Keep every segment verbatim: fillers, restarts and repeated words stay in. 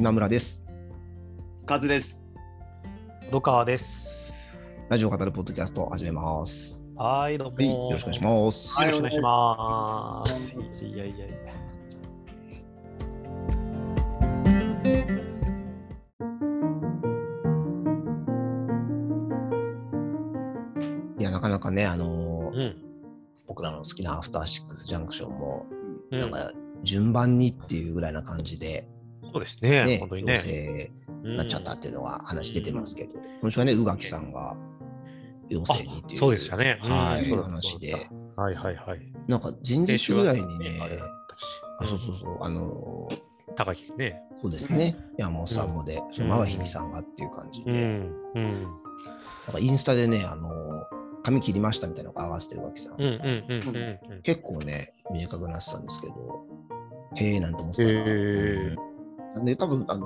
今村です。 カズです。 戸川です。 ラジオを語るポッドキャストを始めます。 はい、どうも、 はい、よろしくお願いします。 よろしくお願いします。いやいやいや。 いや、なかなかね、あのーうん、 僕らの好きなアフターシックスジャンクションも、 うん、 なんか順番にっていうぐらいな感じで、 そうですね、 ね、 本当に陽ね。 性になっちゃったっていうのが話出てますけど、今週はね、宇垣さんが陽性にっていう、 そうでしたね。 はい、 うん、 話で、 はいはいはい。 なんか前日ぐらいにね、 あれだったし、 あ、そうそうそう、あのー高木ね。 そうですね、山本さんもで、 うん、 そのママヒミさんがっていう感じで、 うん、うん、 なんかインスタでね、あのー髪切りましたみたいなのが合わせてるわけさん、 うん、うん、うん、うん。 結構ね、短くなってたんですけど、へえなんて思ってたら、 へーうん、で、多分あの、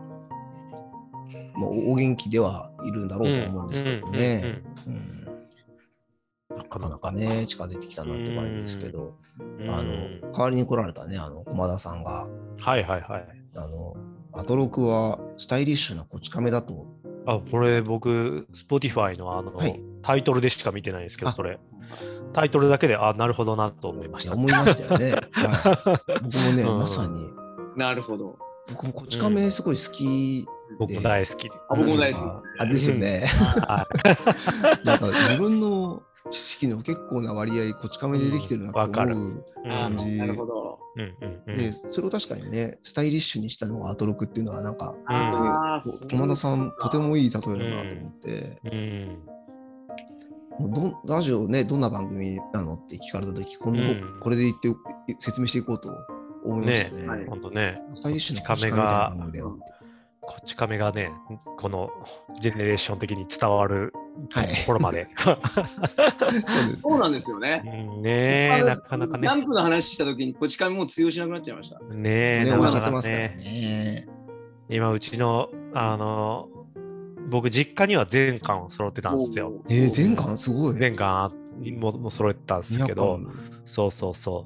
もうお元気ではいるんだろうと思うんですけどね、なかなかね、近づいてきたなって感じですけど、あの、代わりに来られたね、あの、駒田さんが、 はいはいはい。 あの、アトロクはスタイリッシュなこち亀だと。 あ、これ僕、Spotify のあの、はい、タイトルでしか見てないんですけど、それ。タイトルだけで、あ、なるほどなと思いました。 思いましたよね。はい、僕もね、うん、まさに。 なるほど。 僕もこち亀すごい好きで、 僕も大好きで。 僕も大好きです、ね。 あ、ですよね。なんか自分の知識の結構な割合、こち亀でできてるなと思う感じ。 なるほど。 で、それを確かにね、スタイリッシュにしたのがアトロクっていうのは、なんか、駒田さん、とてもいい例えだなと思って。どラジオね、どんな番組なのって聞かれたとき、今後これで言って説明していこうと思いましたね。 本当ね。 スタイリッシュなこち亀が、 こち亀がね、このジェネレーション的に伝わるところまで。 そうなんですよね。 ねえ、なかなかね。 キャンプの話したときに、こち亀もう通用しなくなっちゃいました。 ねえ、 終わっちゃってますからね。 今、うちの、あの、僕、実家には全巻揃ってたんですよ。 えー、全巻すごい。 全巻もも揃えてたんですけど、そうそうそう。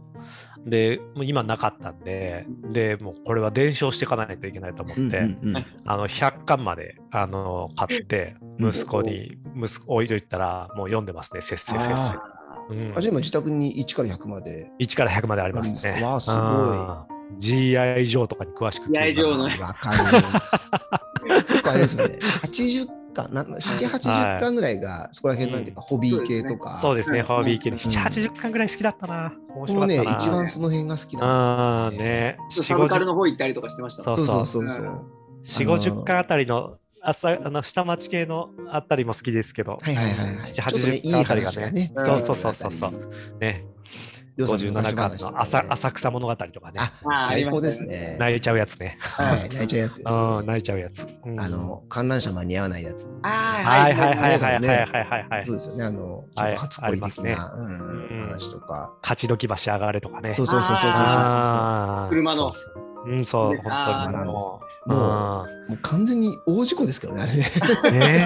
で、もう今なかったんで、で、もうこれは伝承していかないといけないと思って、うんうんうん、あのひゃっかんまであの買って、息子に、息子置いといたら、もう読んでますね、せっせせっせ。 うん、あ、じゃあ今自宅にいちからひゃくまで。 いちからひゃくまでありますね。 わあ、すごい。 ジーアイ ジョーとかに詳しく聞いて。 ジーアイ ジョーの。 わかる。結構あれですね。はちじゅっかん、ななな、はちじゅっかんぐらいがそこら辺なんていうか、ホビー系とか。 そうですね、ホビー系で。なな、はちじゅっかんぐらい好きだったな。面白かったな。 ね、一番その辺が好きなんですよね。 サブカルの方行ったりとかしてました。 そうそうそうそう。 よんじゅう、ごじゅっかんあたりの朝あの下町系のあたりも好きですけど。 はいはいはい。 なな、はちじゅっかんあたりがね。そうそうそうそうそう。ね。ごじゅうななかんの 浅, 浅草物語とかね。 あ、最高ですね。 泣いちゃうやつね。 はい、泣いちゃうやつです、ね。 泣いちゃうやつ。 あの、観覧車間に合わないやつ。 はいはいはいはいはいはいはい。 そうですよね。あの、ちょっと初恋的な話とか。 勝ち時橋上がれとかね。 そうそうそうそうそう。 車の。 うん、そう、本当にもう、もう完全に大事故ですけどね、あれね。 ね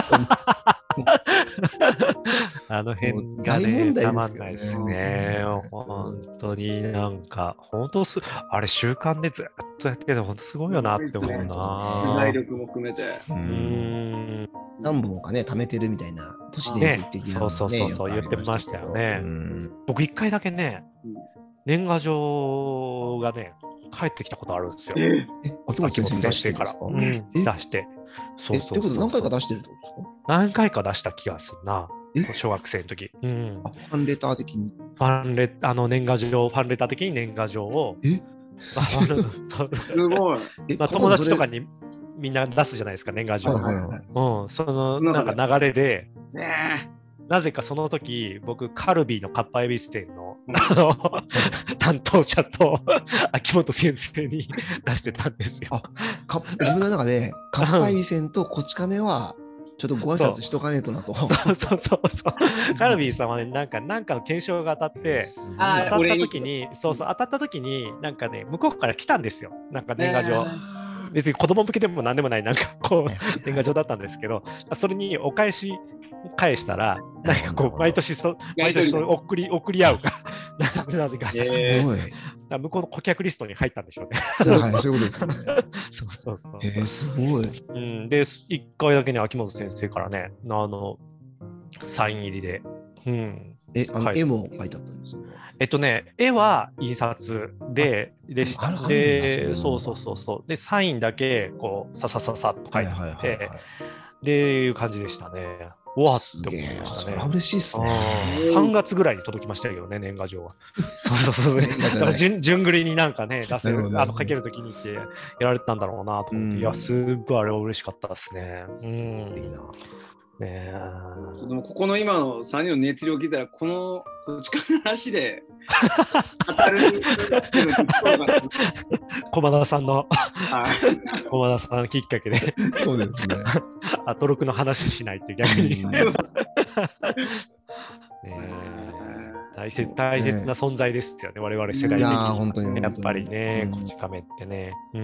あの辺がね、たまんないですね。本当になんか、本当す、あれ習慣でずっとやってて、本当すごいよなって思うな。 取材力も含めて。 うん。何本かね、貯めてるみたいな、都市伝説的な、 そうそうそうそう、言ってましたよね。僕一回だけね、年賀状がね、帰ってきたことあるんですよ。 え、秋元先生から。出して。 そうそうそう。何回か出してるってことですか？ 何回か出した気がするな。小学生の時。 ファンレター的に。 ファンレあの年賀状、ファンレター的に年賀状を。 えすごい。 友達とかにみんな出すじゃないですか、年賀状。うん、そのなんか流れで。なぜかその時、僕、カルビーのかっぱえびせ店の担当者と秋元先生に出してたんですよ。 あ、自分の中で、かっぱえびせんとこち亀は、ちょっとご挨拶しとかねえとなと。 そうそうそうそう。カルビーさんはね、なんか、なんかの検証が当たって、当たった時に、そうそう、当たった時に、なんかね、向こうから来たんですよ。なんか年賀状。別に子供向けでも何でもない、なんかこう、年賀状だったんですけど、それにお返し返したら、なんかこう、毎年そ、毎年そ送り、送り合うか、なぜか。 すごい。 ら向こうの顧客リストに入ったんでしょうね。 はい、そういうことですね。 そうそうそう。 へえ、すごい。 うん、で、いっかいだけね、秋元先生からね、あの、サイン入りで。うん、 え、あの、 はい、 絵も描いてあったんですか？ えっとね、絵は印刷で、でした。で、そうそうそうそう。で、サインだけ、こう、ささささっと書いてあって、で、いう感じでしたね。うわって思いましたね。 それは嬉しいっすね。 さんがつぐらいに届きましたけどね、年賀状は。そうそうそう。だから順順繰りになんかね、出せる、あの書けるときにってやられてたんだろうなと思って、いや、すっごいあれは嬉しかったですね。うん。いいな。 ね、でもここの今のさんにんの熱量を聞いたら、このこっちからの話で当たる駒田さんの駒田さんきっかけでそうですね。 アトロクの話しないって逆にね大切大切な存在ですよね、我々世代的に。いや本当にやっぱりね、こち亀ってね。うん、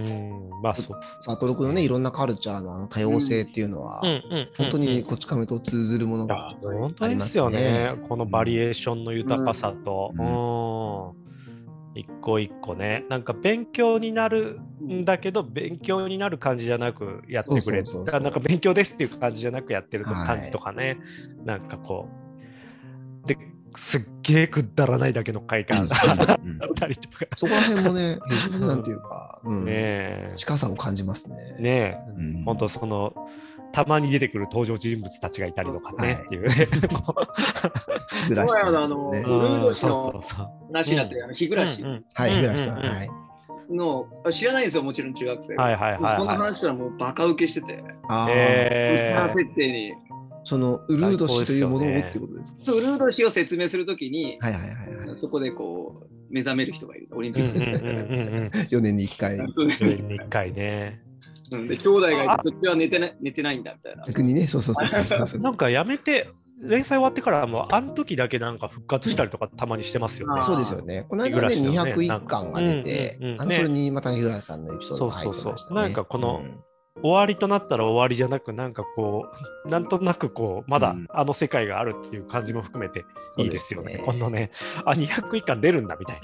まあそう。 アトロクのね、いろんなカルチャーの多様性っていうのは、本当にこち亀と通ずるものがありますね。 本当ですよね。このバリエーションの豊かさと、うん、一個一個ね、なんか勉強になるんだけど、勉強になる感じじゃなくやってくれる。なんか勉強ですっていう感じじゃなくやってる感じとかね、なんかこう。ですっげえくだらないだけの快感があったりとか、 そこら辺もね、非常になんていうか、ね、近さを感じますね。 ねえ、本当そのたまに出てくる登場人物たちがいたりとかねっていうね。 グラシさん、あのウルード氏の話だって日暮らし、 はい、日暮さん、はい。 の知らないんですよ、もちろん中学生。 はいはいはい。 その話したらもうバカ受けしてて、ああ、キャラ設定に。 そのウルード氏というものをってことですか？ そう、ウルード氏を説明するときに、そこでこう目覚める人がいる、オリンピックで。 よねんにいっかい。 よねんにいっかいね。 で、兄弟がいて、そっちは寝てない、寝てないんだみたいな。 逆にね、そうそうそうそう。 なんかやめて、連載終わってからもあの時だけなんか復活したりとかたまにしてますよね。 そうですよね。この間ね、にひゃくいっかんが出て、あのそれにまた日暮さんのエピソードが入ってましたね。 そうそうそう。なんかこの、終わりとなったら終わりじゃなく、なんかこう、なんとなくこう、まだあの世界があるっていう感じも含めていいですよね。このね、あ、にひゃくいっかん出るんだみたい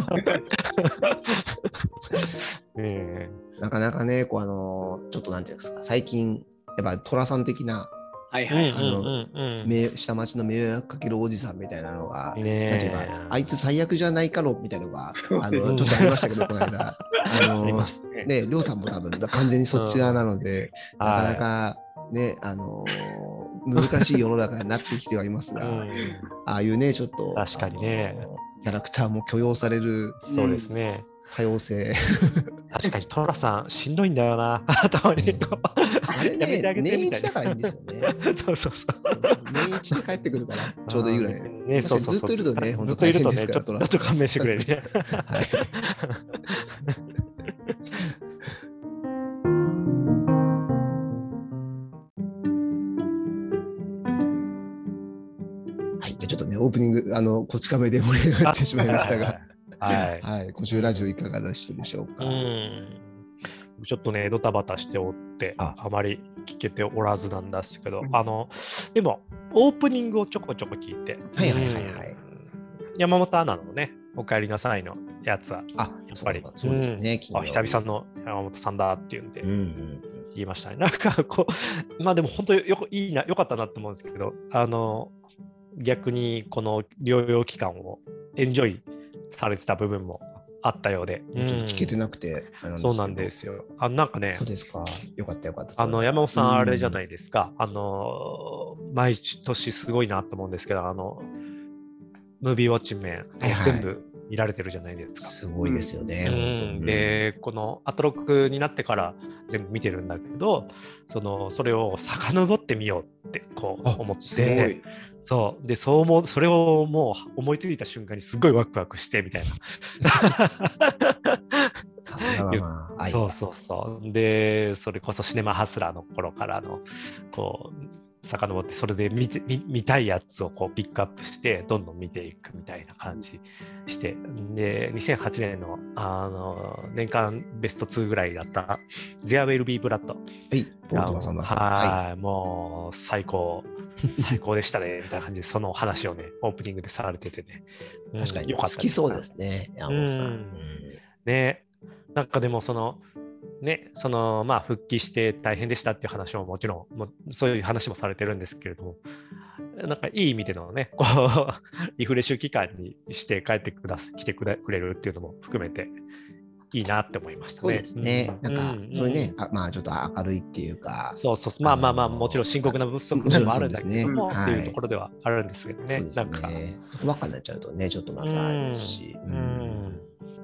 な。ね、なかなかね、こうあの、ちょっとなんていうんですか、最近、やっぱ寅さん的な、 はいはい、 あの下町の迷惑かけるおじさんみたいなのが、なんていうか、あいつ最悪じゃないかろみたいなのが、あのちょっとありましたけど、この間。あのね、りょうさんも多分完全にそっち側なので、なかなかね、あの難しい世の中になってきてはいますが、ああいうね、ちょっと確かにね、 キャラクターも許容される、 そうですね。 多様性。 確かに寅さんしんどいんだよな、頭に。 あれね、年一だからいいんですよね。 そうそうそう。 年一で帰ってくるからちょうどいいぐらい。 ね、そうそうそう。 ずっといるとね、 ずっといるとね、ちょっと勘弁してくれね。はい。 はい、じゃあちょっとね、オープニング、あの、こち亀で盛り上がってしまいましたが。 はい、 はい、今週ラジオいかがでしたでしょうか。 うんちょっとね、ドタバタしておって、あ, あまり聞けておらずなんですけど、うん、あの、でも、オープニングをちょこちょこ聞いて、 はいはいはいはい。 山本アナのね、お帰りなさいのやつは、 あやっぱり、そうですね、 うん、あ久々の山本さんだっていうんで、言いましたね。なんかこう、まあでも本当によいいな、よかったなと思うんですけど、あの、逆にこの療養期間をエンジョイされてた部分もあったようで、 ちょっと聞けてなくて、 うん、そうなんですよ。あなんかね、 そうですか。よかったよかった。 あの山本さんあれじゃないですか。あの毎年すごいなと思うんですけど、あのムービーウォッチメン、はいはい、全部見られてるじゃないですか。 すごいですよね。 うん、でこのアトロックになってから全部見てるんだけど、そのそれを遡ってみようってこう思って。そうでそう思うそれをもう思いついた瞬間にすごいワクワクしてみたいな。 さすがだな。 そうそうそうでそれこそシネマハスラーの頃からのこう遡ってそれで 見, て 見, 見たいやつをこうピックアップしてどんどん見ていくみたいな感じしてでにせんはちねん の, あの年間ベストツーぐらいだった「There Will Be Blood」 はいポルトマさんだはい、はい、もう最高最高でしたねみたいな感じでその話をねオープニングでさられててね確かによかった好きそうですね山本さん、うんね、なんかでもそのね、そのまあ復帰して大変でしたっていう話ももちろんもうそういう話もされてるんですけれども、なんかいい意味でのね、こうリフレッシュ期間にして帰ってくだす来てくれるっていうのも含めていいなって思いましたね。 そうですね。うん、なんか、うん、そういうね、あ、まあちょっと明るいっていうか。 そうそう、まあまあまあ、もちろん深刻な物足でもあるんだけども、ね、っていうところではあるんですけどね。 そうですね。なんかバカになっちゃうとね、ちょっとまたあるし。うん。うん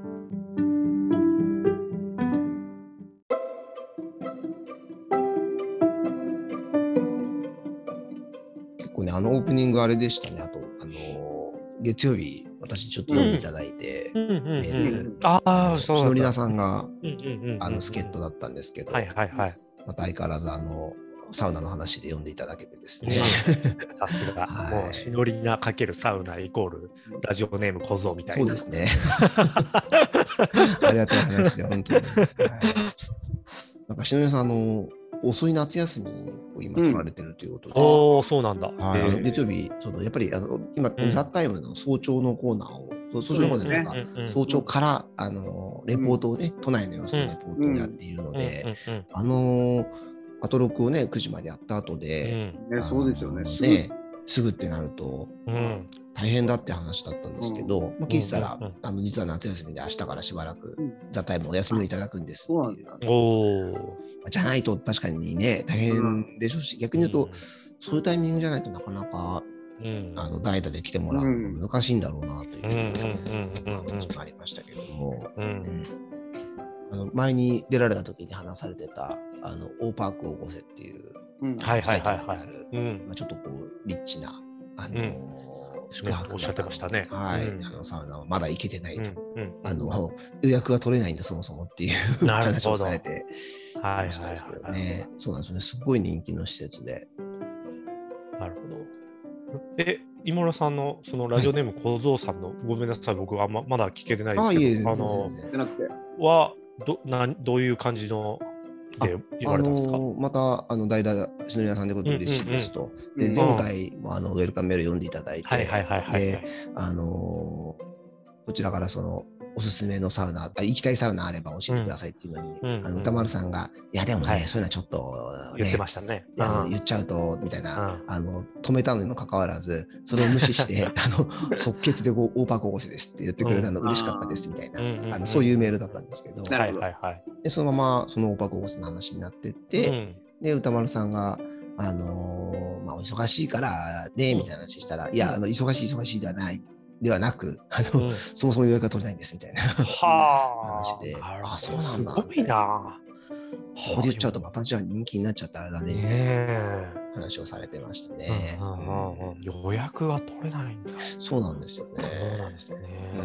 あのオープニングあれでしたね。あと、あの月曜日、私ちょっと読んでいただいて、 ああ、そう。 しのりなさんが、あの、助っ人だったんですけど、 はいはいはい。 また相変わらず、あの、サウナの話で読んでいただけてですね。 さすが、もう、しのりな×サウナイコール、ラジオネーム小僧みたいな。 そうですね。ありがたい話で、本当に。なんか、しのりなさん、あの、遅い夏休みを今取られてるということで、 うん、おー、そうなんだ。 はい、あの月曜日、そのやっぱりあの今、うん、ザ・タイムの早朝のコーナーを、早朝のコーナーですか、早朝からあのレポートをね、都内の様子のレポートをやっているので、あのアトロクをね、くじまでやった後で、 うんね、そうですよね。 ね、すぐってなると、うん、大変だって話だったんですけど、うん、まあ、聞いてたら、うんうんうん、あの実は夏休みで明日からしばらく、うん、ザ・タイムお休みをいただくんですっていう。おじゃないと確かにね、大変でしょうし、逆に言うと、うん、そういうタイミングじゃないとなかなか、うん、あの代打で来てもらうの難しいんだろうなという話もありましたけども、うんうん、あの前に出られた時に話されてたあのオーパークを起こせっていう、 うん、はいはいはいはい、 うんまあ、ちょっとこうリッチなあの、うん宿泊おっしゃってましたね。 はい、うん、あのサウナはまだ行けてないと、うんうん、あの予約が取れないんだそもそもっていう話をされてましたんですけどね。そうなんですね。すごい人気の施設で。 なるほど。え、井村さんのそのラジオネーム小僧さんの、はい、ごめんなさい、僕は ま, まだ聞けてないですけど、あ, いえいえあのはどなどういう感じので言われたんですか？ あのー、またあの代打しのりなさんでこと嬉しいですと。で前回もあのウェルカムメール読んでいただいて、であのー、こちらからそのおすすめのサウナ、行きたいサウナあれば教えてくださいっていうのに、うん、あの歌丸さんが、いやでもね、はい、そういうのはちょっと、 ね、言ってましたね。 あの言っちゃうと、みたいな、あの、止めたのにもかかわらず、それを無視して、あの、即決でこうオーパーコースですって言ってくれたの嬉しかったですみたいな、あのそういうメールだったんですけど、 はいはいはい、 でそのままそのオーパーコースの話になってって、うん、で、歌丸さんが、あのー、まあ、お忙しいからね、みたいな話したら、うん、いや、あの忙しい忙しいではない。ではなく、あの、うん、そもそも予約が取れないんですみたいな話で、 あ、そうなんだ。すごいな。 ここで言っちゃうとまたじゃあ人気になっちゃったらだね、みたいな話をされてましたね。 予約は取れないんだ。 そうなんですよね。 そうなんですね。 うん、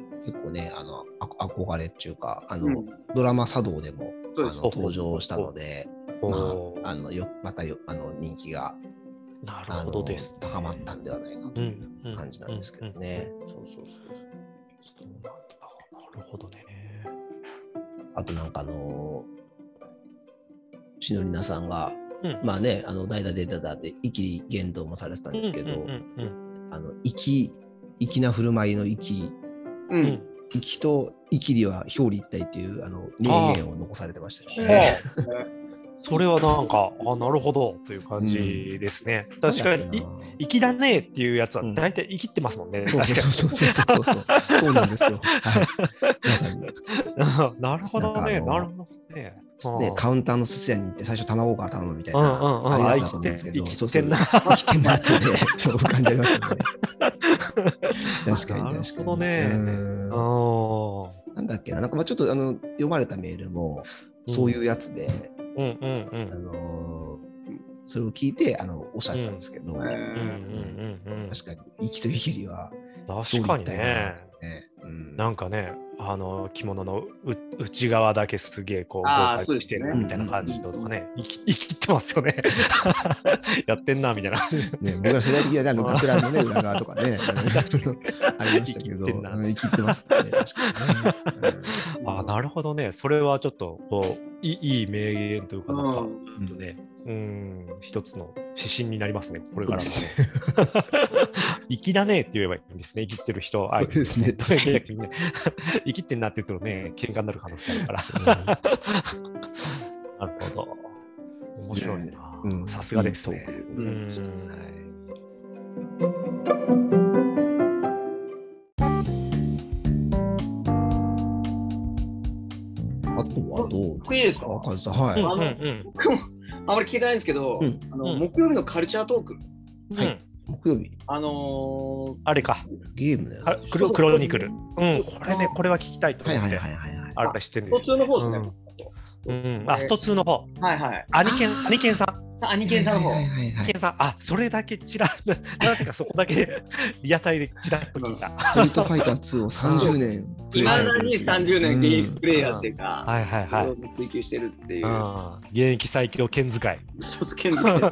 結構ね、あの憧れっていうか、あの、うん、ドラマ茶道でもあの登場したので、まあ、あのよまたよあの人気がなるほどです、ね、 高まったんではないかという感じなんですけどね。そうそうそう。 そうなんだ。なるほどね。 あとなんかあのしのりなさんが、うん、まあね、あの代打で出たで生き言動もされてたんですけど、あの粋粋な振る舞いの粋、うん、粋と粋りは表裏一体っていうあの名言を残されてましたよね。 それはなんか、あ、なるほどという感じですね。うん、確かに、粋だねっていうやつは大体生きってますもんね。うん、確かに。 そうそうそうそうそう。そうなんですよ。はい。まさに。なるほどね。なるほどね。 ね、カウンターの寿司屋に行って最初卵から頼むみたいな、うんうんうん、ああいうやつだと思うんですけど、 生きてんな。 生きてんなってね、そう感じありますよね。確かに確かに。 なるほどね。 なんだっけな、なんかまあちょっとあの読まれたメールもそういうやつで、 うんうんうん、 あのー、それを聞いてあのおっしゃってたんですけど、確かに生きと生きりは確かにね、うん、なんかね、あの着物の内側だけすげえこう豪華にしてるみたいな感じとかね、生き、生きてますよね。やってんなみたいな感じ。 ね、僕ら世代的には学ランのね裏側とかねありましたけど、生きてますね。確かにね。 あ、なるほどね。それはちょっとこういいい名言というか、なんか、うんとね、うん、一つの指針になりますね、これからもね。粋だねって言えばいいんですね、生きてる人、 そうですね。 逆にね、生きてんなって言うとね、喧嘩になる可能性あるから。なるほど。面白いな。さすがですね。 あとはどういいですか？ カズさん、はい。 あの、僕もあまり聞いてないんですけど、あの木曜日のカルチャートーク。 はい。木曜日。 あのー、 あれか。 ゲームだよ。 クロクロニクル。うん、これね、これは聞きたいと思って。はいはいはいはい。あれ知ってるんです。 ストツーの方ですね。 うん、あ、ストツーの方。 はいはい。 アニケン、アニケンさん。 アニケンさんの方。アニケンさん、あ、それだけちら、なぜかそこだけリアタイでちらっと聞いた。 ストリートファイターツーをさんじゅうねん。 いまだにさんじゅうねん現役プレイヤーっていうか、 はいはいはい。 追求してるっていう。 現役最強剣使い。 そうそう、剣使い。い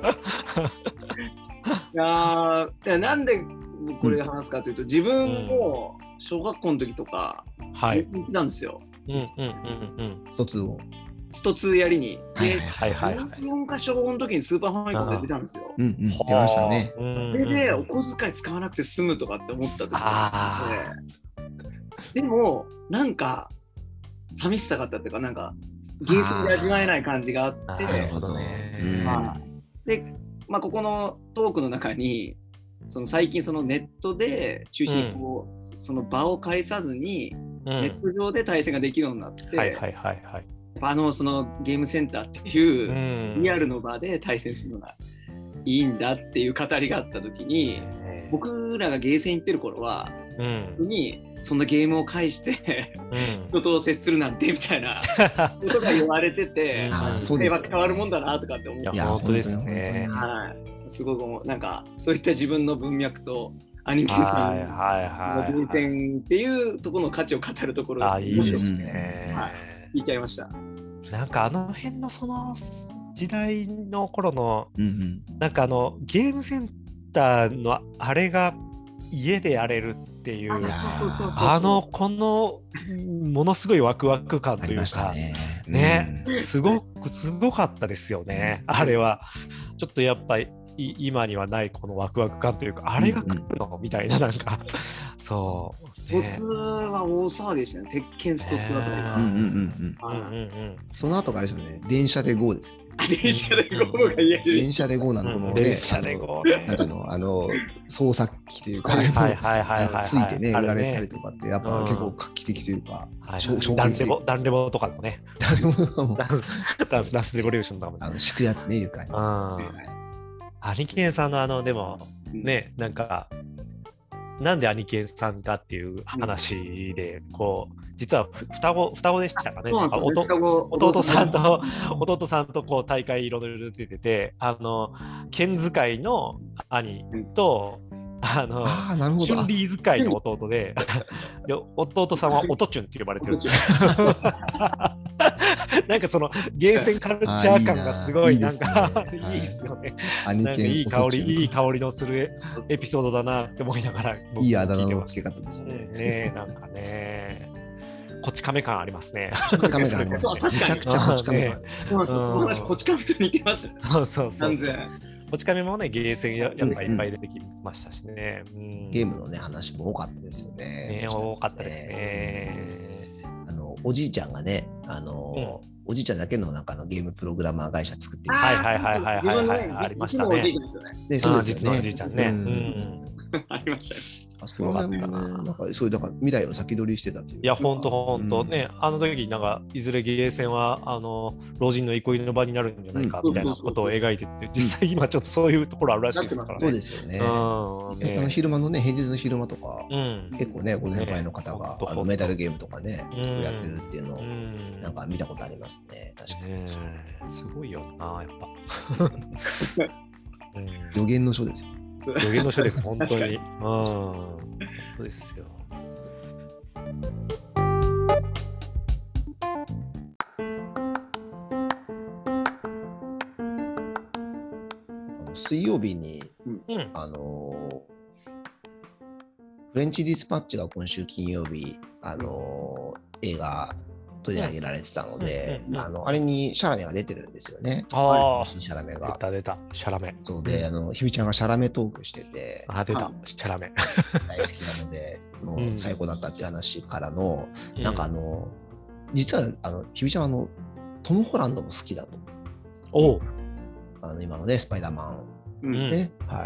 やー、なんでこれ話すかというと、自分も小学校の時とか、はい。行ってたんですよ。 うんうんうんうん。 ストツーを。 ストツーやりに。 で、はいはいはい。 よんか小ごの時にスーパーファミコンで出たんですよ。 うんうん、出ましたね。 それで、お小遣い使わなくて済むとかって思った時があって、でも、なんか、寂しさがあったっていうか、なんか、ゲーセンで味わえない感じがあって、 なるほどね。 まあ、で、まあ、ここのトークの中に、その最近そのネットで中心にこう、うん、その場を介さずに、ネット上で対戦ができるようになって、 はいはいはいはい。 あのそのゲームセンターっていうリアルの場で対戦するのがいいんだっていう語りがあった時に、僕らがゲーセン行ってる頃は、うん、にそんなゲームを介して人と接するなんてみたいなことが言われてて、平和変わるもんだなとかって思って。 いや本当ですね。 はい、すごくなんかそういった自分の文脈とアニメさんのゲーセンっていうところの価値を語るところがいいですね。 はい、聞いてありました。 なんかあの辺のその時代の頃の、うんうん、なんかあのゲームセンターのあれが家でやれるっていうあのこのものすごいワクワク感というかね、ね、うん、すごくすごかったですよね、あれは。ちょっとやっぱり今にはないこのワクワク感というか、あれが来るの、うんうん、みたいな、なんかそう、ね、 ストツーは大騒ぎでしたね。鉄拳ストツーだったりが。 その後があれですよね、電車で ゴー ですよ。 電車で ゴー が言える。 電車で ゴー なの、このね、 電車で ゴー。 なんていうの、あの、操作機というか、ついてね、売られたりとかって、やっぱ結構画期的というか、 ダンレボ、ダンレボとかもね。ダンスダンスレボリューションとかも。 あの、敷くやつね、床に。 アニケンさんのあの、でも、ね、なんか、なんでアニケンさんかっていう話で、こう、実は双子、双子でしたかね。弟さんと、弟さんとこう大会いろいろ出てて、あの、剣使いの兄と、あの、チュンリー使いの弟で、で弟さんはオトチュンって呼ばれてる。なんかそのゲーセンカルチャー感がすごいなんかいいですよね。なんかいい香り、いい香りのするエピソードだなって思いながら僕いいあだ名の付け方ですね。 ね、なんかね、こち亀感ありますね。 こち亀感ありますね。めちゃくちゃこち亀感。 こち亀と似てます。 そうそうそう。こち亀もね、ゲーセンやっぱいっぱい出てきましたしね。 ゲームのね、話も多かったですよね。 ね、多かったですね。 おじいちゃんがね、あの、うん、おじいちゃんだけのなんかのゲームプログラマー会社作ってる。 はいはいはいはいはいはい、ありましたね。 ね、そうですね。 実のおじいちゃんね。うんうん、ありましたよ。 すごかったな。なんかそういうだから未来を先取りしてたという。 いや本当本当ね、あの時なんかいずれゲーセンはあの老人の憩いの場になるんじゃないかみたいなことを描いてて、実際今ちょっとそういうところあるらしいですからね。 そうですよね。あの昼間のね、平日の昼間とか結構ね、ご年配の方があのメダルゲームとかね、やってるっていうのをなんか見たことありますね。確かに。 すごいよなやっぱ。 予言の書ですよ。 予言の書です、本当に。うん、そうですよ。 水曜日に、うん、あのフレンチディスパッチが今週金曜日、あの映画取り上げられてたので、あのあれにシャラメが出てるんですよね。 ああ、 シャラメが。 出た出た、シャラメ。 そうで、あのひびちゃんがシャラメトークしてて、 あ、出た、シャラメ。 大好きなので、もう最高だったっていう話からの、なんかあの、実はあのひびちゃんはあのトム・ホランドも好きだと。 おう。 あの今のね、スパイダーマンですね。はい。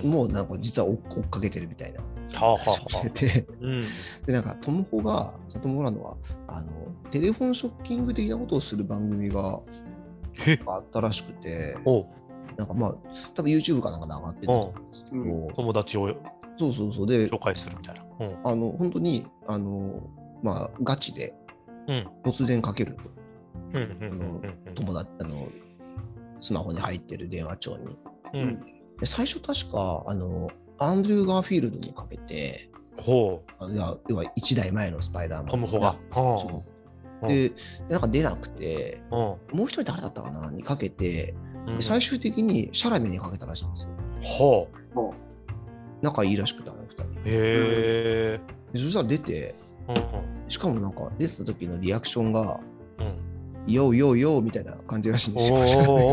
もうなんか実は追っかけてるみたいな。 はあはあはあ。 してて、でなんかトムホがトムホランドはあのテレフォンショッキング的なことをする番組があったらしくて、なんかまあ多分 YouTube かなんかで上がってたんですけど、 友達をそうそうそうで紹介するみたいな。 あの本当にあのまあガチで突然かけると、友達あのスマホに入ってる電話帳に、で最初確かあのアンドリュー・ガーフィールドにかけて、 ほう要はいちだいまえのスパイダーマン。 トム・ホが。 で、なんか出なくて、もう一人誰だったかなにかけて、最終的にシャラメにかけたらしいんですよ。 ほう。 仲いいらしくて、あの二人。 へえ。そしたら出て、しかもなんか出てた時のリアクションが、ヨーヨーヨーみたいな感じらしいんですよ。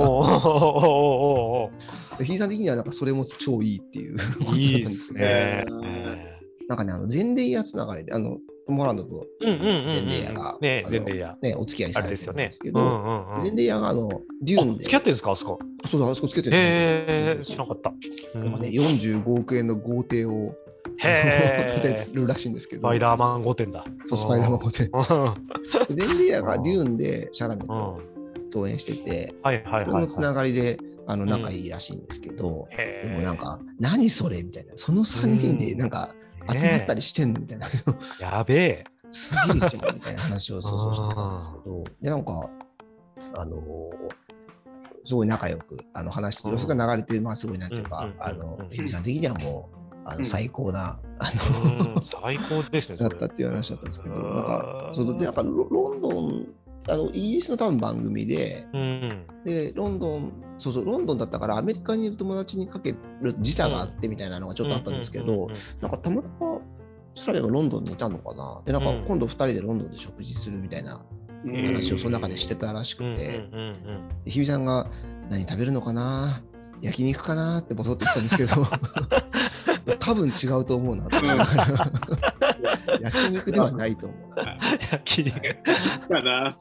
ひいさん的にはなんかそれも超いいっていう。 いいですね。 なんかね、あの前レイヤーつながりで、あのトム・ホランドと前レイヤーが、 ね、前レイヤー。ね、お付き合いされてるんですけど、前レイヤーがあの、デューンで。 付き合ってるんですか、あそこ。 そうだ、あそこつけてる。 へえ、知らなかった。 なんかね、よんじゅうごおくえんの豪邸を建てるらしいんですけど。 スパイダーマンごてんだ。 そう、スパイダーマンごてん。前レイヤーがデューンでシャラメと共演してて、そのつながりで、あの仲いいらしいんですけど、でもなんか、何それみたいな、そのさんにんでなんか集まったりしてんのみたいな。 やべえ。 すげえじゃんみたいな話を想像してたんですけど、で、なんか、あのー、すごい仲良くあの話して、様子が流れて、まあ、すごいなんていうか、あの、ひびさん的にはもう、あの最高な、あの、最高ですね。 だったっていう話だったんですけど、なんか、そので、なんかロ、ロンドン、あのイギリスの多分番組で、うん、で、ロンドン、そうそう、ロンドンだったからアメリカにいる友達にかける時差があってみたいなのがちょっとあったんですけど、なんかたまたまシャラメがロンドンにいたのかな。で、なんか今度ふたりでロンドンで食事するみたいな話をその中でしてたらしくて、ひびさんが何食べるのかな、焼肉かなってボソッと言ってたんですけど、多分違うと思うなって思いながら焼肉ではないと思うな。 焼肉かな。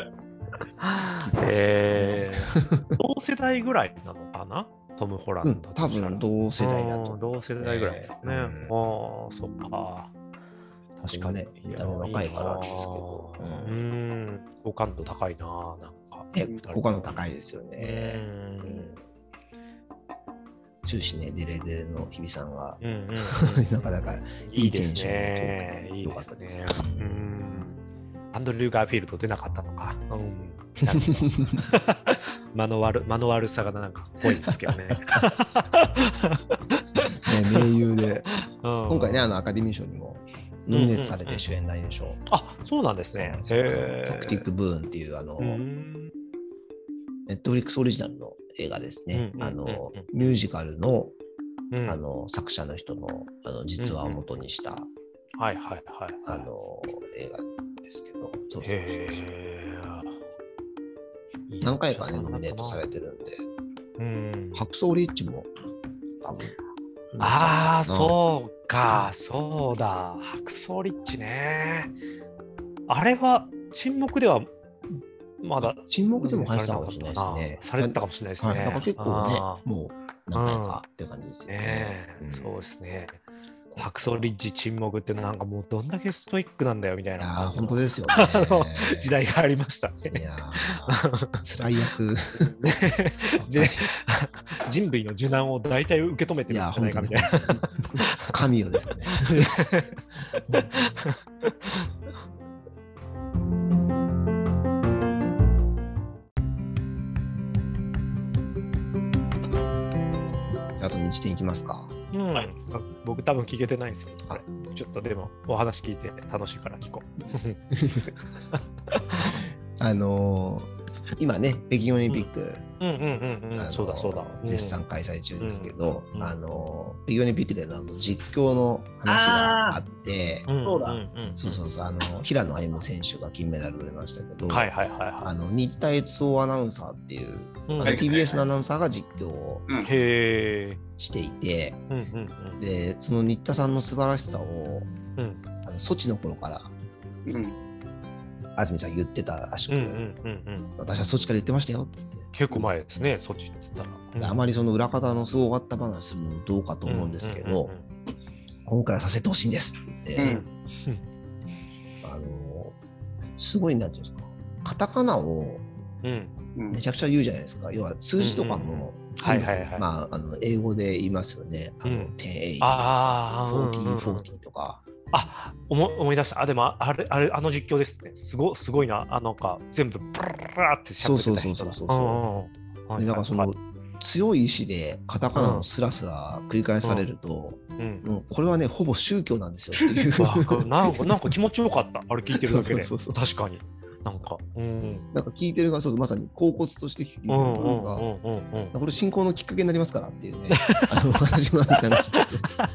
えー、同世代ぐらいなのかな、トム・ホランド、 うん、多分同世代だと。 同世代ぐらいですね。ああ、そっか。確かに。 ね、見た目若いからですけど。 うん、好感度高いな、なんか。 え、好感度高いですよね。終始ね、デレデレの日比さんが、なかなかいいテンションで良かったですね。アンドリュー・ガーフィールド出なかったのか。うん、なるほど間の悪間の悪さがなんか濃いですけどね。ね、 名優で、うん、今回ね、あのアカデミー賞にもノミネートされて主演男優賞。 あ、そうなんですね。 タクティック・ブーンっていうあの、ネットフリックスオリジナルの映画ですね。あのミュージカルの、うん、あの作者の人のあの実話を元にした、 はいはいはい、 あの映画ですけど、そうそうそうそう何回かねノミネートされてるんで、うん、ハクソーリッチも多分。 ああ、そうか、そうだ、ハクソーリッチね。あれは沈黙ではまだ沈黙でも入ってたかもしれないですね。 されてたかもしれないですね。 なんか結構ね、もう何回かっていう感じですよね。 そうですね。ハクソーリッチ沈黙ってなんかもうどんだけストイックなんだよみたいな。 本当ですよね。 時代がありましたね。 いや辛い役。 人類の受難を大体受け止めてるんじゃないかみたいな。 神よですね。あと日展いきますか。 うん、はい、僕多分聞けてないんですよ。はい、ちょっとでもお話聞いて楽しいから聞こう。 あの今ね、北京オリンピック、 うんうんうんうん、そうだそうだ。 絶賛開催中ですけど、あの北京オリンピックでの実況の話があって、 そうだ。 そうそうそう、あの平野歩夢選手が金メダル取りましたけど、 はいはいはいはい。 あの新田悦夫アナウンサーっていう、あの ティービーエス のアナウンサーが実況をしていて、でその新田さんの素晴らしさを、うん、あのソチの頃から。うん安住さん言ってたらしく、うんうんうん、私はソチから言ってましたよって言って。 結構前ですね、ソチって言ったら。 うん、あまりその裏方のすごかった話するのどうかと思うんですけど、うんうんうんうん、今回はさせてほしいんですって言って、うん、あのすごいなんていうんですか、カタカナをめちゃくちゃ言うじゃないですか。要は数字とかも、まあ、あの英語で言いますよね。あの、じゅうはち、よんじゅう、よんじゅうとか。 あ、思思い出した。あ、でもあれ、あれ、あの実況ですね。すごすごいな。あのか、全部ブラーってしゃべってた人だ。そうそうそうそう。で、なんかその、強い意志でカタカナをスラスラ繰り返されると、うんうんうん、これはね、ほぼ宗教なんですよっていう。 なんか、なんか気持ちよかった。あれ聞いてるだけで。そうそうそうそう確かに。なんか、 うん、なんか聞いてるが、そうまさに恍惚として聞いてるのが、これ進行のきっかけになりますからっていうね、あの私も話して。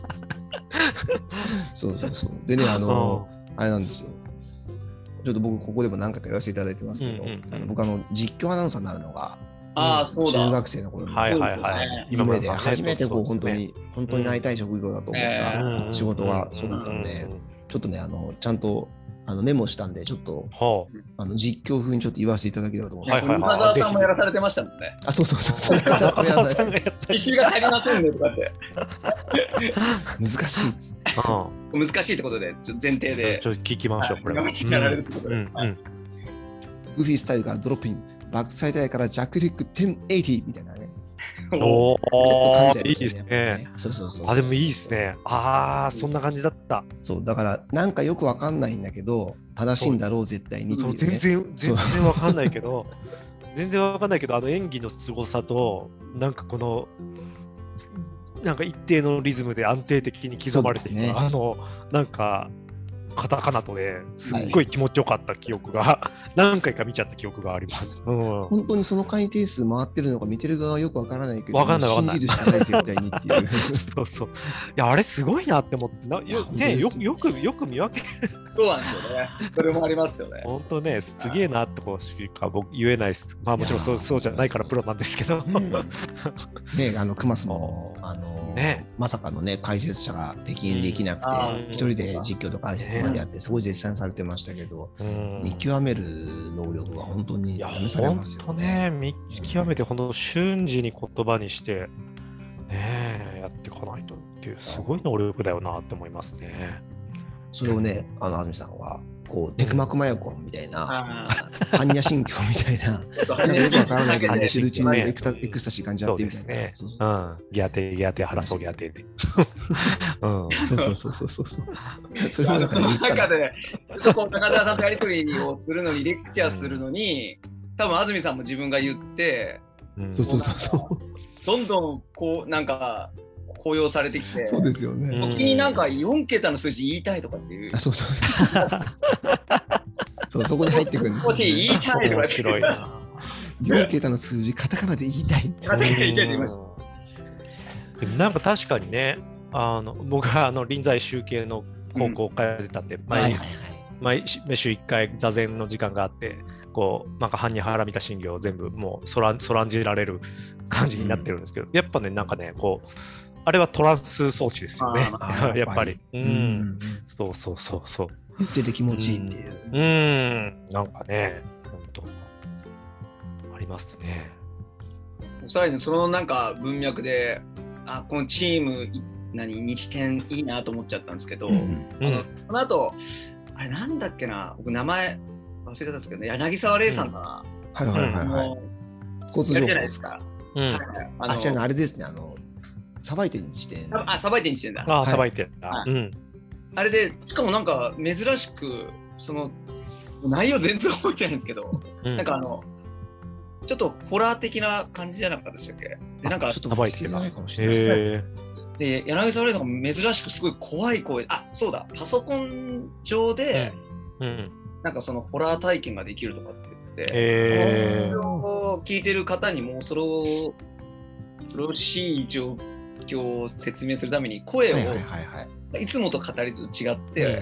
そうそうそう。でね、あの、あれなんですよ。ちょっと僕、ここでも何回か言わせていただいてますけど、うんうんうん、あの僕あの、実況アナウンサーになるのが、 あそうだ中学生の頃に、 はいはいはい、 夢で初めてこう、本当に、本当になりたい職業だと思った仕事がそうだったんで、ちょっとね、あの、ちゃんと、あのメモしたんで、ちょっと、はあ、あの実況風にちょっと言わせていただければと思います。 中澤さんもやらされてましたもんね。 あ、そうそうそうそう。 中澤さんがやった。 一周が足りませんねとかって。 難しいっつって。 難しいってことで、ちょっと前提で。 ちょっと聞きましょう、これ。 やられるってことで。 グフィースタイルからドロップイン、バックサイドからジャックリックせんはちじゅうみたいなね。 おお、いいですね。 そうそうそう。 あ、でもいいですね。ああ、そんな感じだった。 そう、だからなんかよくわかんないんだけど、正しいんだろう絶対に。 全然全然わかんないけど、全然わかんないけど、あの演技の凄さとなんかこのなんか一定のリズムで安定的に刻まれている、あのなんか。カタカナとね、すっごい気持ちよかった記憶が、はい、何回か見ちゃった記憶があります。うん、 本当にその回転数回ってるのか見てる側はよくわからないけど、 わかんないわかんない。 信じるしかない絶対にっていう。 そうそう。いや、あれすごいなって思って、なよね、よよくよく見分ける。 そうなんですよね。それもありますよね。 本当ね、すげえなってこうしか僕言えないです。まあもちろんそうそうじゃないからプロなんですけど。うん、ね、 あのクマスもあの、ね、まさかのね解説者が北京できなくて、一、うん、人で実況とか解説までやってすごい絶賛されてましたけど、うん、見極める能力が本当に試されますよね。 本当ね、見極めて本当瞬時に言葉にしてねやっていかないとっていうすごい能力だよなって思いますね。 それをね、あの安住さんはこうデクマクマヤコンみたいな、般若心経みたいな、なんかよくわからないけど、ね、知るうちにエクタエクスタシー感じちゃってみたいな。そうですね。うん。ギャテギャテハラソギャテで。うん。そうそうそうそうそう。 その中で、ちょっとこう高田さんとやり取りをするのに、レクチャーするのに、多分安住さんも自分が言って、 そうそうそうそう。 どんどんこうなんか。高揚されてきて、 そうですよね。 時になんかよんけたの数字言いたいとかっていう。 あ、そうそうそう。そう、そこに入ってくるんですよ、ね。 言いたいとか面白いな。 よんけたの数字、カタカナで言いたい。 カタカナで言いたいって言いました。 なんか確かにね、あの僕はあの臨済宗系の高校通ってたんで、うん、毎、はいはいはい、毎週いっかい座禅の時間があって、こうなんか般若波羅蜜多心経を全部もうそらそらんじられる感じになってるんですけど、うん、やっぱねなんかねこう。あれはトランス装置ですよね。やっぱり。うん。そうそうそうそう。 言ってて気持ちいいっていう。 うん。うんなんかね、本当ありますね。 さらにそのなんか文脈で、あこのチーム何日展いいなと思っちゃったんですけど、うん、あのその後あれなんだっけな、僕名前忘れてたんですけど、ね、柳沢玲さんかな。 はいはいはいはい。交通情報じゃないですか。 うん。はい、あのあ、じゃああれですね、あの。さばいてん地点。 あ、さばいてん地点だ。 あ、さばいてんだ。 はい、うん。あれで、しかもなんか珍しく、その内容全然覚えてないんですけど、うん、なんかあの、ちょっとホラー的な感じじゃなかったでしたっけ？で、なんか、 ちょっとさばいてないかもしれないですね。で、柳沢玲さんが珍しくすごい怖い声、あ、そうだ、パソコン上で、うんうん、なんかそのホラー体験ができるとかって言って、えー、それを聞いてる方にも恐ろしい状況を説明するために声をいつもと語りと違って、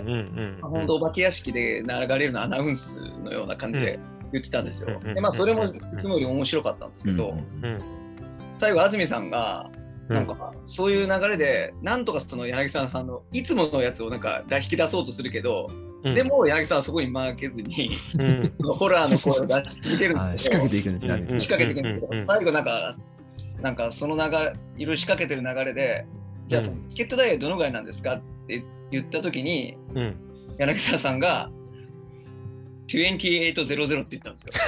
本当お化け屋敷で流れるようなアナウンスのような感じで言ってたんですよ。でまあそれもいつもより面白かったんですけど、最後安住さんがなんかそういう流れでなんとかその柳沢さんのいつものやつをなんか引き出そうとするけど、うん、でも柳沢はそこに負けずに、うん、ホラーの声を出し続けるんですけど、 仕掛けていくんですね、 うん、仕掛けていくんですけど、最後なんかなんかその流れいろいろ仕掛けてる流れで、じゃあそのチケット代はどのぐらいなんですかって言った時に、うん、柳沢さんがにじゅうはちひゃくって言ったんですよ。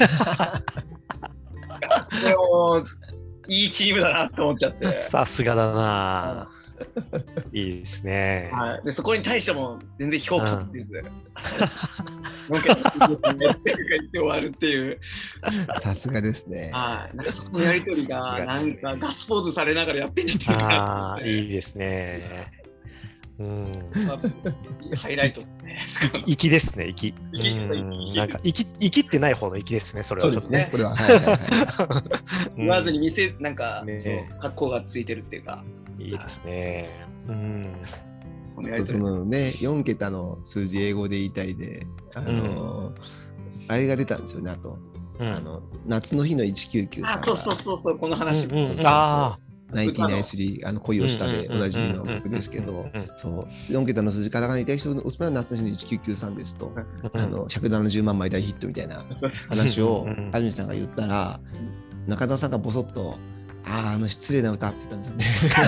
これもいいチームだなと思っちゃって。 さすがだな。いいですね。 はい。でそこに対しても全然評価って言って、言って終わるっていう。 さすがですね。 はい。なんかそこのやりとりがなんかガッツポーズされながらやってんじゃないかな。 あいいですね。うん、 ハイライトですね。 粋ですね、粋。なんか粋粋ってない方の粋ですね、それはちょっとね。 これは。 言わずに見せなんか格好がついてるっていうか。 いいですね。うん。 そのね、よん桁の数字英語で言いたいで、あのあれが出たんですよね、あと。あの夏の日のいちきゅうきゅうさん。 あ、そうそうそうそう、この話。 ああ。 ナインティナインスリー、あの恋をしたでおなじみの曲ですけど、よん桁の数字カタカナにいた人のおすすめは夏の日のいちきゅうきゅうさんですと、あのひゃくななじゅうまんまい大ヒットみたいな話を安住さんが言ったら、中田さんがボソッと、ああ、あの失礼な歌って言ったんですよね。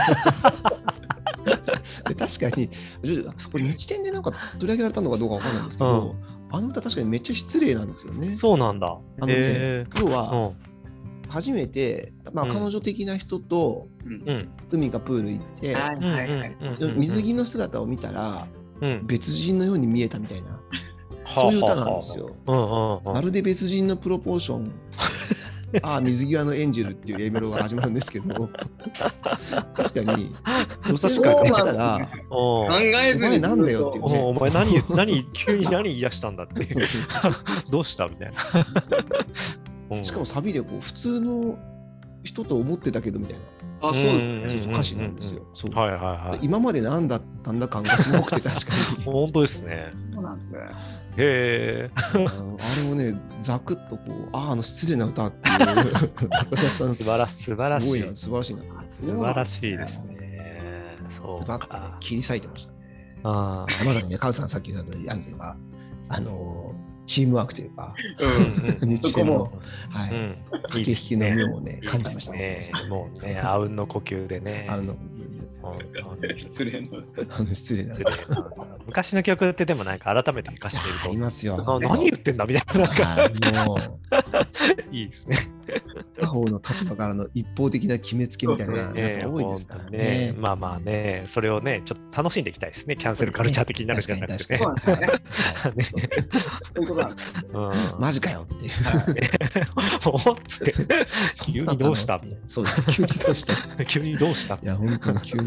で確かに、これ日展でなんか取り上げられたのかどうかわかんないんですけど、あの歌確かにめっちゃ失礼なんですよね。 そうなんだ。 あのね、要は、初めて、まあ、彼女的な人と海かプール行って水着の姿を見たら別人のように見えたみたいな、そういう歌なんですよ。まるで別人のプロポーションああ水際のエンジェルっていう A メロが始まるんですけど確かに女性が来たら考えずになんだよっていう、ね、 お前何何急に何言い出したんだってどうしたみたいな。 しかもサビでこう普通の人と思ってたけどみたいな。 あ、そうです歌詞なんですよ。 はいはいはい。 今まで何だったんだ感がすごくて確かに。 本当ですね。 そうなんですね。 へえ。 あれもね、ざくっとこう、ああ、あの失礼な歌っていう。 素晴らしい。素晴らしい。 素晴らしいな。 素晴らしいですね。そうか。 切り裂いてましたね。ああ。まさにね、カズさんさっき言った通り、なんていうか、あのチームワークというか、日天の駆け引きの目をね、感じましたね。 もうね、あうんの呼吸でね。 あうんの失礼な。失礼な。 昔の曲ってでもなんか改めて歌詞見ると。 ありますよ。 何言ってんだみたいな。もう。いいですね。 他方の立場からの一方的な決めつけみたいなのが多いですからね。 まあまあね、それをね、ちょっと楽しんでいきたいですね。キャンセルカルチャー的になるんじゃなくてね。 マジかよっていう。 おっつって、急にどうしたそうです。急にどうした急にどうしたいや、本当に急に。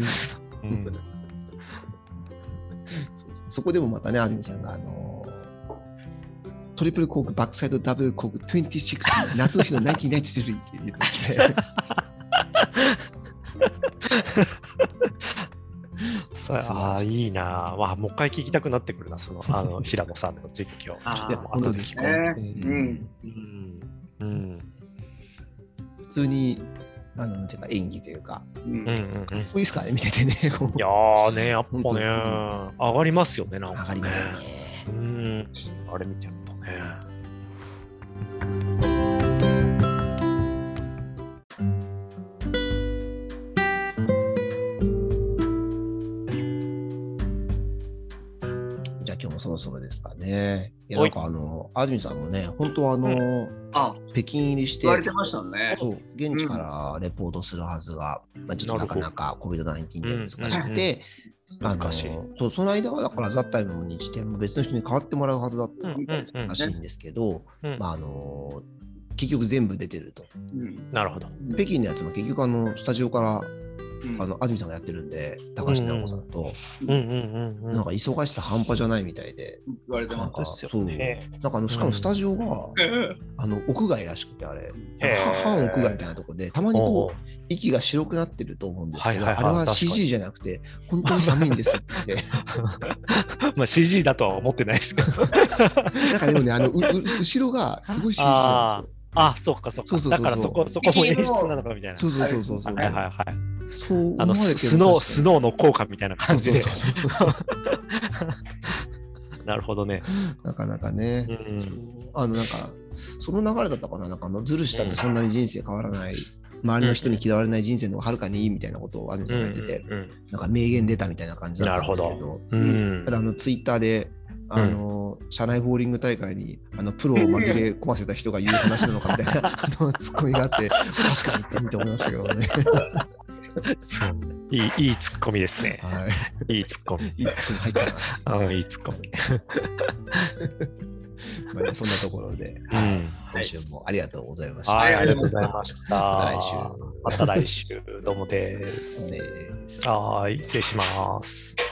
そこでもまたね、安住さんが、あのトリプルコーク、バックサイドダブルコーク、にじゅうろく、夏の日のナインティナインスリーって言ってて。 ああ、いいな。まあ、もう一回聞きたくなってくるな、その、あの、平野さんの実況。 ああ、後で聞こう。うん。 うん。 普通に、あの、てか演技というか、うんうんうん。いいですかね、見ててね。いやーね、やっぱね、上がりますよね、なんか。 上がりますね。 うん。あれ見てるとね。 そろそろですかね。いや、なんかあの、安住さんもね、本当はあの、うん、あ北京入りして、 言われてましたね。 そう、現地からレポートするはずが、うん、まあ、ちょっとなかなか コビッドナインティーン で難しくて、 難しい。 そう、その間はだから、ザッタイムも日展も別の人に代わってもらうはずだったらしいんですけど、まああの、結局全部出てると。 うん、なるほど。 北京のやつも結局あの、スタジオからあの安住さんがやってるんで、高橋直子さんと、なんか忙しさ半端じゃないみたいで、 言われてます。 そう。なんかあのしかもスタジオが、あの屋外らしくて、あれ、半屋外みたいなところで、たまにこう、息が白くなってると思うんですけど、あれは シージー じゃなくて、本当に寒いんですって。 まあ シージー だとは思ってないですけど。 なんかでもね、あのうう後ろがすごい シージー なんですよ。 あ、そうかそうか。だからそこそこも演出なのかみたいな。 そうそうそうそう。 はいはいはい。 そうあのスノースノーの効果みたいな感じで。なるほどね。 なかなかね。あのなんかその流れだったかな。なんかずるしたってそんなに人生変わらない。周りの人に嫌われない人生の方がはるかにいいみたいなことを安住さんが言ってて、なんか名言出たみたいな感じだったんですけど、ただあのツイッターであの、うん、社内ボーリング大会にあのプロを紛れ込ませた人が言う話なのかみたいなあのツッコミがあって、確かにって見て思いましたけどね。 そういい、いいツッコミですね。 はい、 いいツッコミ。 いいツッコミ入ってます。 あいいツッコミ。 まあ、そんなところで、うん、今週もありがとうございました。 はい、ありがとうございました。 また来週。 また来週、どうもです。はい、失礼します。